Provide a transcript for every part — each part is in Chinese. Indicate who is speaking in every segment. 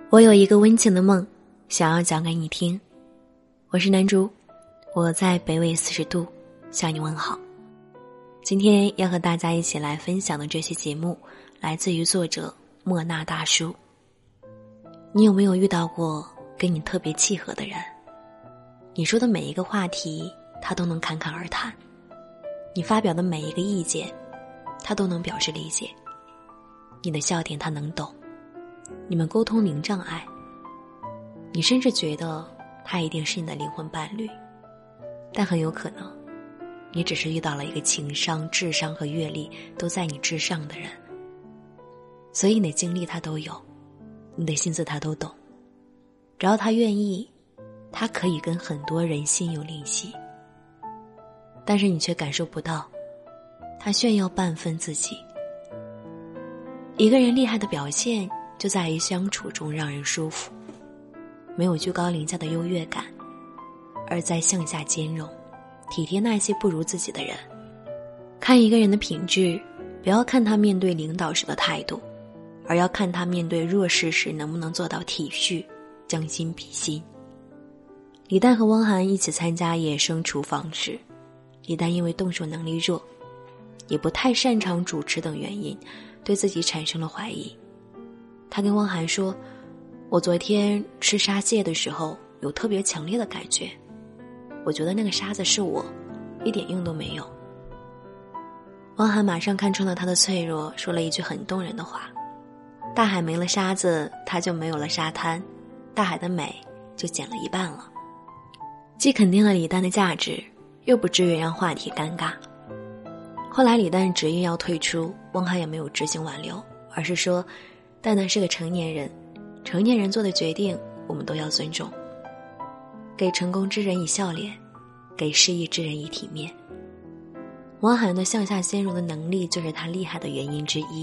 Speaker 1: 我有一个温情的梦，想要讲给你听。我是南珠，我在北纬40度向你问好。今天要和大家一起来分享的这期节目来自于作者莫那大叔。你有没有遇到过跟你特别契合的人？你说的每一个话题他都能侃侃而谈，你发表的每一个意见他都能表示理解，你的笑点他能懂，你们沟通零障碍，你甚至觉得他一定是你的灵魂伴侣，但很有可能你只是遇到了一个情商、智商和阅历都在你之上的人。所以你的经历他都有，你的心思他都懂，只要他愿意，他可以跟很多人心有灵犀，但是你却感受不到他炫耀半分自己。一个人厉害的表现就在于相处中让人舒服，没有居高临下的优越感，而在向下兼容，体贴那些不如自己的人。看一个人的品质，不要看他面对领导时的态度，而要看他面对弱势时能不能做到体恤、将心比心。李诞和汪涵一起参加野生厨房时，李诞因为动手能力弱，也不太擅长主持等原因，对自己产生了怀疑。他跟汪涵说，我昨天吃沙蟹的时候有特别强烈的感觉，我觉得那个沙子是我，一点用都没有。汪涵马上看穿了他的脆弱，说了一句很动人的话，大海没了沙子，它就没有了沙滩，大海的美就减了一半了。既肯定了李诞的价值，又不至于让话题尴尬。后来李诞执意要退出，汪涵也没有执行挽留，而是说蛋蛋是个成年人，成年人做的决定我们都要尊重。给成功之人以笑脸，给失意之人以体面。汪涵的向下兼容的能力就是他厉害的原因之一。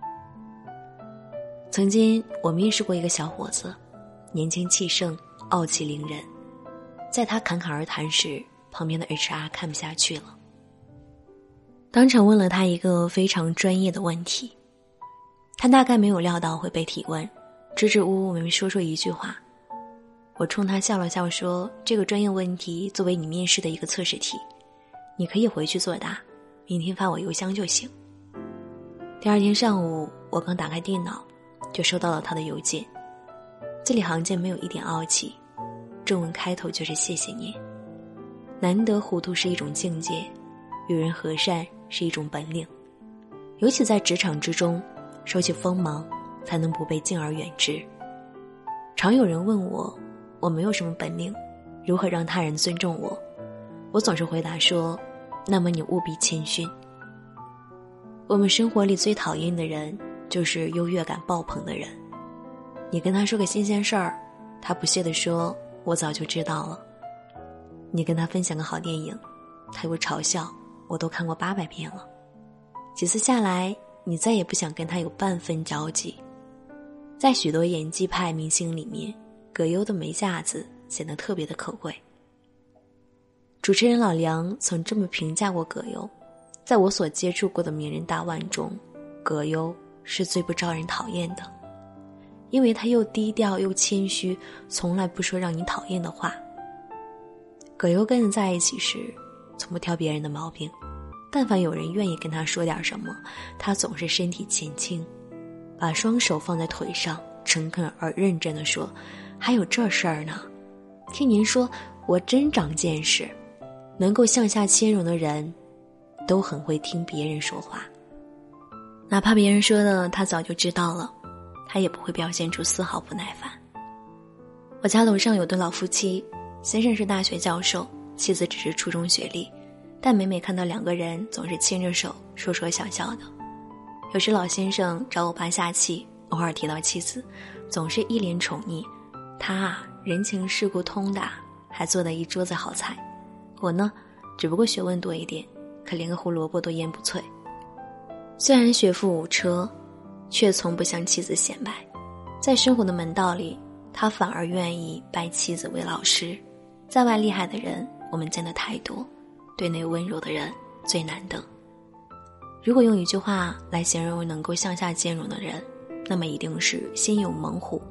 Speaker 1: 曾经我面试过一个小伙子，年轻气盛，傲气凌人。在他侃侃而谈时，旁边的 HR 看不下去了，当场问了他一个非常专业的问题。他大概没有料到会被提问，支支吾吾没说出一句话。我冲他笑了笑说，这个专业问题作为你面试的一个测试题，你可以回去作答，明天发我邮箱就行。第二天上午，我刚打开电脑就收到了他的邮件，字里行间没有一点傲气，正文开头就是谢谢你。难得糊涂是一种境界，与人和善是一种本领，尤其在职场之中，收起锋芒才能不被敬而远之。常有人问我没有什么本领，如何让他人尊重我？我总是回答说，那么你务必谦逊。我们生活里最讨厌的人就是优越感爆棚的人。你跟他说个新鲜事儿，他不屑地说，我早就知道了。你跟他分享个好电影，他又嘲笑，我都看过800遍了。几次下来，你再也不想跟他有半分交集。在许多演技派明星里面，葛优的没架子显得特别的可贵。主持人老梁曾这么评价过葛优，在我所接触过的名人大腕中，葛优是最不招人讨厌的，因为他又低调又谦虚，从来不说让你讨厌的话。葛优跟人在一起时，从不挑别人的毛病，但凡有人愿意跟他说点什么，他总是身体前倾，把双手放在腿上，诚恳而认真地说，还有这事儿呢，听您说我真长见识。能够向下兼容的人都很会听别人说话，哪怕别人说的他早就知道了，他也不会表现出丝毫不耐烦。我家楼上有对老夫妻，先生是大学教授，妻子只是初中学历，但每每看到两个人总是牵着手说说笑笑的。有时老先生找我爸下气，偶尔提到妻子，总是一脸宠溺，他人情世故通达，还做了一桌子好菜。我呢，只不过学问多一点，可连个胡萝卜都腌不脆。虽然学富五车，却从不向妻子显摆。在生活的门道里，他反而愿意拜妻子为老师。在外厉害的人我们见得太多，对内温柔的人最难得。如果用一句话来形容能够向下兼容的人，那么一定是心有猛虎，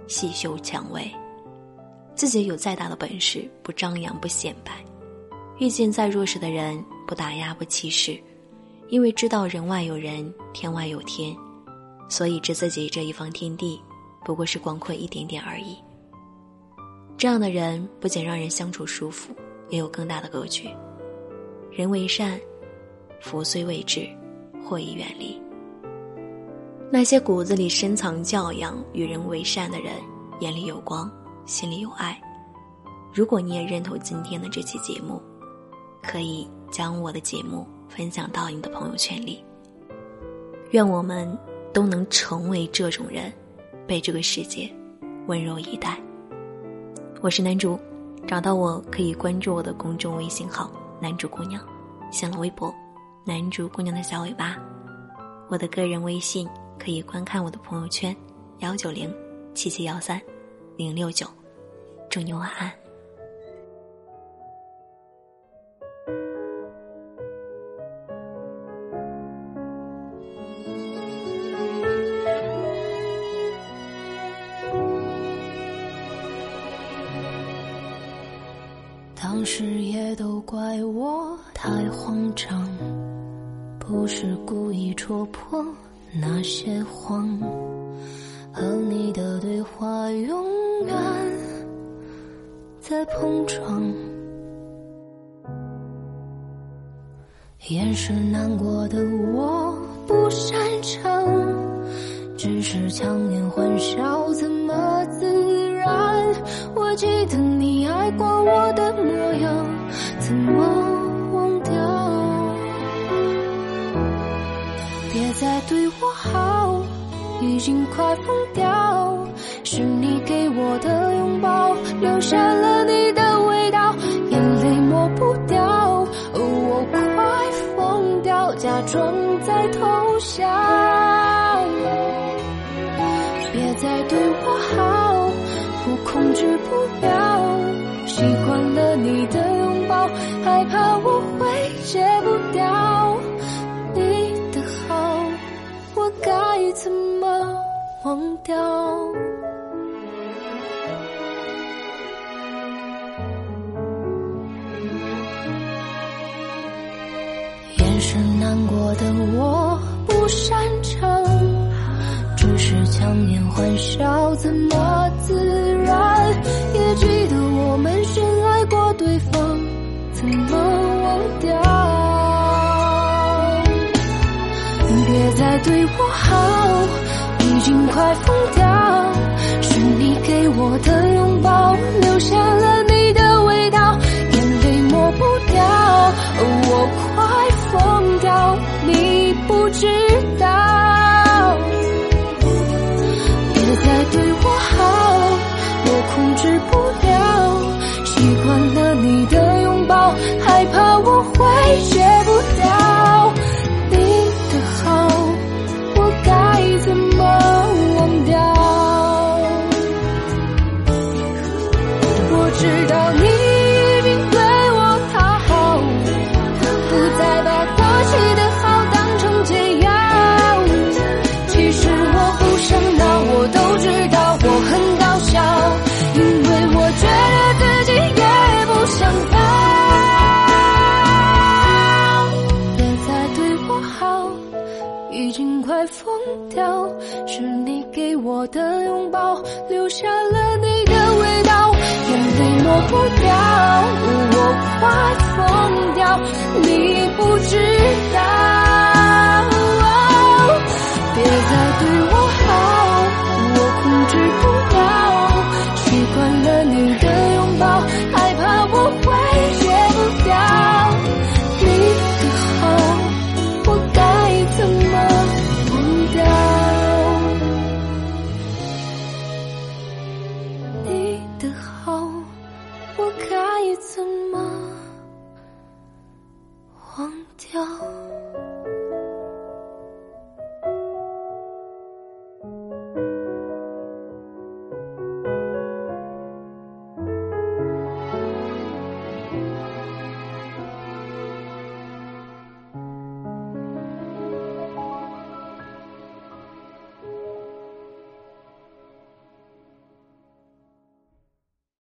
Speaker 1: 细嗅蔷薇。自己有再大的本事，不张扬不显摆，遇见再弱势的人，不打压不歧视，因为知道人外有人，天外有天，所以知自己这一方天地不过是广阔一点点而已。这样的人不仅让人相处舒服，也有更大的格局。人为善，福虽未至，祸已远离。那些骨子里深藏教养、与人为善的人，眼里有光，心里有爱。如果你也认同今天的这期节目，可以将我的节目分享到你的朋友圈里。愿我们都能成为这种人，被这个世界温柔以待。我是南竹，找到我可以关注我的公众微信号南竹姑娘，新浪微博南竹姑娘的小尾巴，我的个人微信可以观看我的朋友圈1907713-069。祝你晚安。
Speaker 2: 当时也都怪我太慌张，不是故意戳破那些谎，和你的对话永远在碰撞，掩饰难过的我不擅长，只是强颜欢笑怎么自然，我记得你爱过我的模样，怎么忘掉？别再对我好，已经快疯掉，是你给我的拥抱，留下了你的味道，眼泪抹不掉，我快疯掉，假装在偷笑。别再对我好，我控制不了，习惯了你的拥抱，害怕我会戒不掉你的好，我该怎么忘掉？掩饰难过的我不擅长，只是强颜欢笑怎么自然，也记得我们深爱过对方，怎么忘掉？别再对我好，已经快疯掉，是你给我的拥抱，留下了你的味道，眼泪抹不掉，我快疯掉，你不知道。别再对我好，我控制不了，习惯了你的拥抱，害怕我会戒不掉你的好，我该怎么忘掉？我知道你已经对我讨好，不再把过去的好当成解药，其实我不想闹，我都知道我很搞笑，因为我觉得自己也不想逃。别再对我好，已经快疯掉，是你给我的拥抱，留下了你的味道，眼泪抹不掉，我快疯掉，你不知道。